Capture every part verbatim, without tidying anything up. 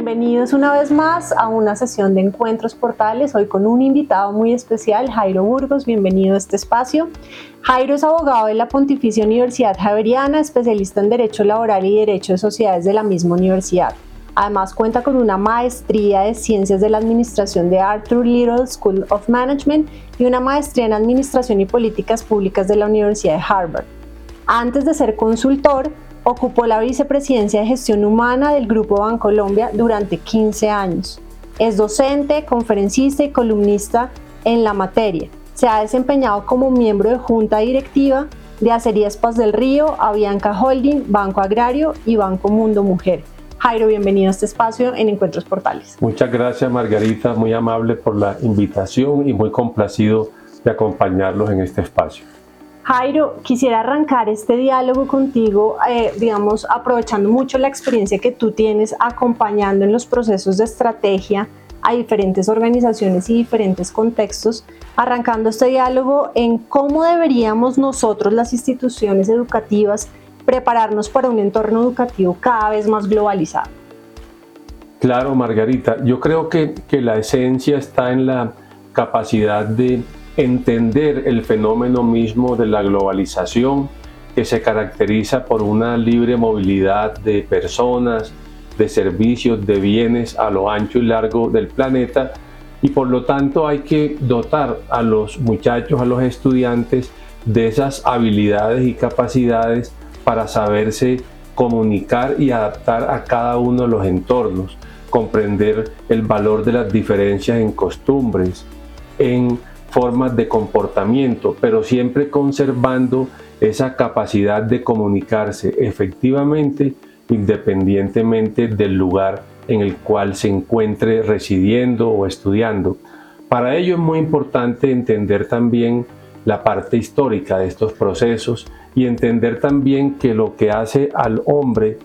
Bienvenidos una vez más a una sesión de Encuentros Portales, hoy con un invitado muy especial, Jairo Burgos. Bienvenido a este espacio. Jairo es abogado de la Pontificia Universidad Javeriana, especialista en Derecho Laboral y Derecho de Sociedades de la misma universidad. Además cuenta con una maestría de Ciencias de la Administración de Arthur Little School of Management y una maestría en Administración y Políticas Públicas de la Universidad de Harvard. Antes de ser consultor, ocupó la vicepresidencia de Gestión Humana del Grupo Bancolombia durante quince años. Es docente, conferencista y columnista en la materia. Se ha desempeñado como miembro de Junta Directiva de Acerías Paz del Río, Avianca Holding, Banco Agrario y Banco Mundo Mujer. Jairo, bienvenido a este espacio en Encuentros Portales. Muchas gracias, Margarita, muy amable por la invitación y muy complacido de acompañarlos en este espacio. Jairo, quisiera arrancar este diálogo contigo, eh, digamos, aprovechando mucho la experiencia que tú tienes acompañando en los procesos de estrategia a diferentes organizaciones y diferentes contextos, arrancando este diálogo en cómo deberíamos nosotros, las instituciones educativas, prepararnos para un entorno educativo cada vez más globalizado. Claro, Margarita, yo creo que, que la esencia está en la capacidad de entender el fenómeno mismo de la globalización, que se caracteriza por una libre movilidad de personas, de servicios, de bienes a lo ancho y largo del planeta, y por lo tanto hay que dotar a los muchachos, a los estudiantes, de esas habilidades y capacidades para saberse comunicar y adaptar a cada uno de los entornos, comprender el valor de las diferencias en costumbres, en formas de comportamiento, pero siempre conservando esa capacidad de comunicarse efectivamente, independientemente del lugar en el cual se encuentre residiendo o estudiando. Para ello es muy importante entender también la parte histórica de estos procesos y entender también que lo que hace al hombre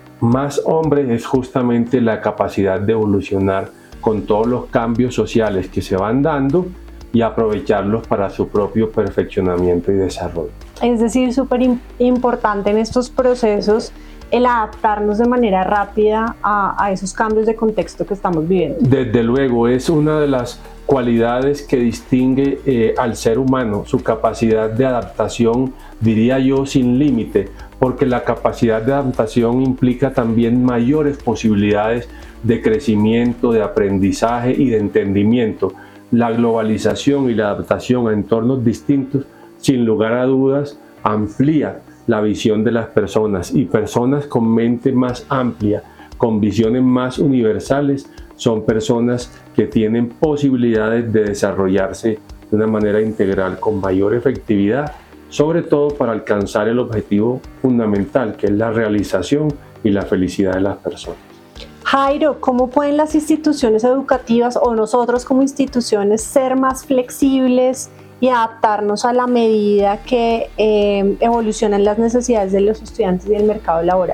más hombre es justamente la capacidad de evolucionar con todos los cambios sociales que se van dando y aprovecharlos para su propio perfeccionamiento y desarrollo. Es decir, súper importante en estos procesos el adaptarnos de manera rápida a, a esos cambios de contexto que estamos viviendo. Desde luego, es una de las cualidades que distingue eh, al ser humano, su capacidad de adaptación, diría yo, sin límite, porque la capacidad de adaptación implica también mayores posibilidades de crecimiento, de aprendizaje y de entendimiento. La globalización y la adaptación a entornos distintos, sin lugar a dudas, amplía la visión de las personas, y personas con mente más amplia, con visiones más universales, son personas que tienen posibilidades de desarrollarse de una manera integral con mayor efectividad, sobre todo para alcanzar el objetivo fundamental, que es la realización y la felicidad de las personas. Jairo, ¿cómo pueden las instituciones educativas o nosotros como instituciones ser más flexibles y adaptarnos a la medida que eh, evolucionan las necesidades de los estudiantes y el mercado laboral?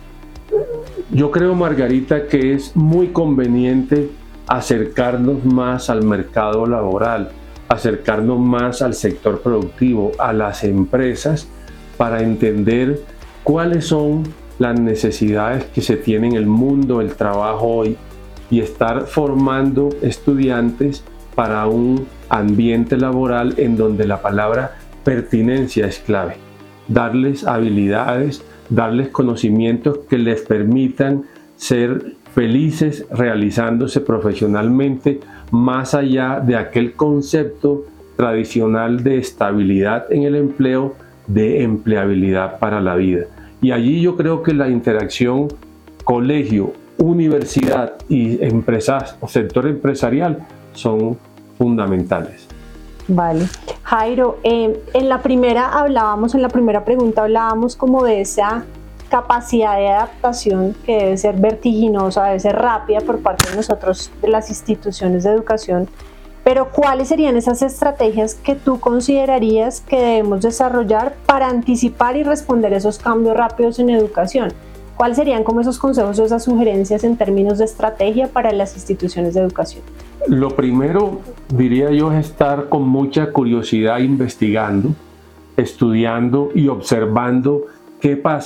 Yo creo, Margarita, que es muy conveniente acercarnos más al mercado laboral, acercarnos más al sector productivo, a las empresas, para entender cuáles son las necesidades que se tienen en el mundo del trabajo hoy y estar formando estudiantes para un ambiente laboral en donde la palabra pertinencia es clave. Darles habilidades, darles conocimientos que les permitan ser felices realizándose profesionalmente, más allá de aquel concepto tradicional de estabilidad en el empleo, de empleabilidad para la vida. Y allí yo creo que la interacción colegio, universidad y empresas o sector empresarial son fundamentales. Vale. Jairo, eh, en la primera hablábamos, en la primera pregunta hablábamos como de esa capacidad de adaptación que debe ser vertiginosa, debe ser rápida por parte de nosotros, de las instituciones de educación. Pero ¿cuáles serían esas estrategias que tú considerarías que debemos desarrollar para anticipar y responder a esos cambios rápidos en educación? ¿Cuáles serían como esos consejos o esas sugerencias en términos de estrategia para las instituciones de educación? Lo primero, diría yo, es estar con mucha curiosidad investigando, estudiando y observando qué pasa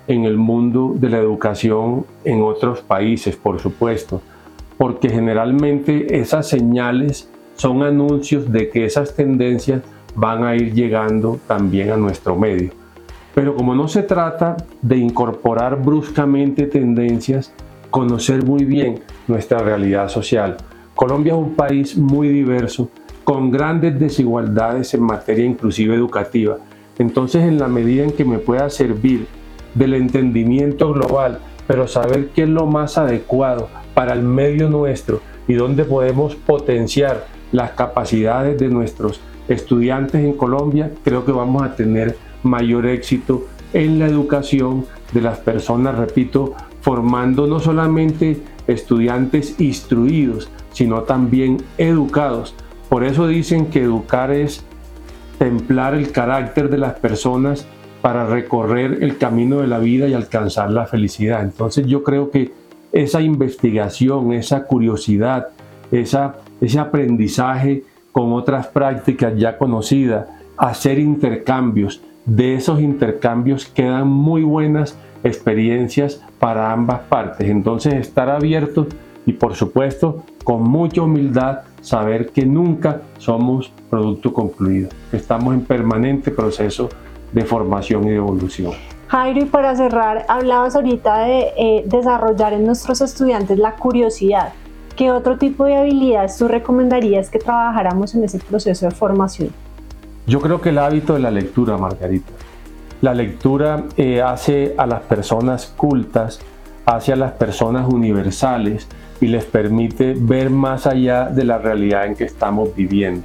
en el mundo de la educación en otros países, por supuesto, porque generalmente esas señales son anuncios de que esas tendencias van a ir llegando también a nuestro medio. Pero como no se trata de incorporar bruscamente tendencias, conocer muy bien nuestra realidad social. Colombia es un país muy diverso, con grandes desigualdades en materia inclusive educativa. Entonces, en la medida en que me pueda servir del entendimiento global, pero saber qué es lo más adecuado para el medio nuestro y dónde podemos potenciar las capacidades de nuestros estudiantes en Colombia, creo que vamos a tener mayor éxito en la educación de las personas, repito, formando no solamente estudiantes instruidos, sino también educados. Por eso dicen que educar es templar el carácter de las personas para recorrer el camino de la vida y alcanzar la felicidad. Entonces yo creo que esa investigación, esa curiosidad, esa, ese aprendizaje con otras prácticas ya conocidas, hacer intercambios, de esos intercambios quedan muy buenas experiencias para ambas partes. Entonces estar abiertos y por supuesto con mucha humildad saber que nunca somos producto concluido, que estamos en permanente proceso de formación y de evolución. Jairo, y para cerrar, hablabas ahorita de eh, desarrollar en nuestros estudiantes la curiosidad. ¿Qué otro tipo de habilidades tú recomendarías que trabajáramos en ese proceso de formación? Yo creo que el hábito de la lectura, Margarita. La lectura eh, hace a las personas cultas, hace a las personas universales y les permite ver más allá de la realidad en que estamos viviendo.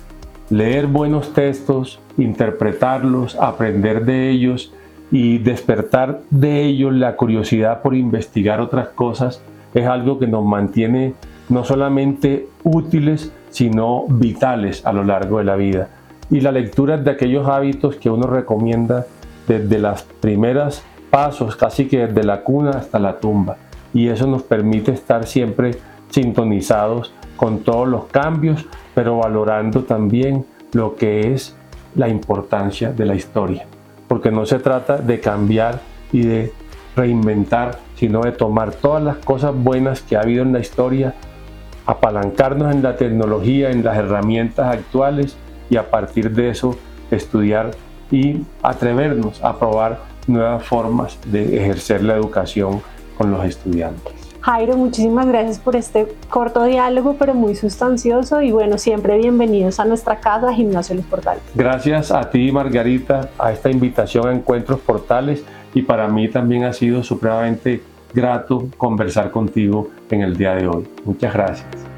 Leer buenos textos, interpretarlos, aprender de ellos y despertar de ellos la curiosidad por investigar otras cosas es algo que nos mantiene no solamente útiles, sino vitales a lo largo de la vida. Y la lectura es de aquellos hábitos que uno recomienda desde los primeros pasos, casi que desde la cuna hasta la tumba. Y eso nos permite estar siempre sintonizados con todos los cambios, pero valorando también lo que es la importancia de la historia. Porque no se trata de cambiar y de reinventar, sino de tomar todas las cosas buenas que ha habido en la historia, apalancarnos en la tecnología, en las herramientas actuales y a partir de eso estudiar y atrevernos a probar nuevas formas de ejercer la educación con los estudiantes. Jairo, muchísimas gracias por este corto diálogo, pero muy sustancioso y bueno, siempre bienvenidos a nuestra casa, Gimnasio Los Portales. Gracias a ti, Margarita, a esta invitación a Encuentros Portales y para mí también ha sido supremamente grato conversar contigo en el día de hoy. Muchas gracias.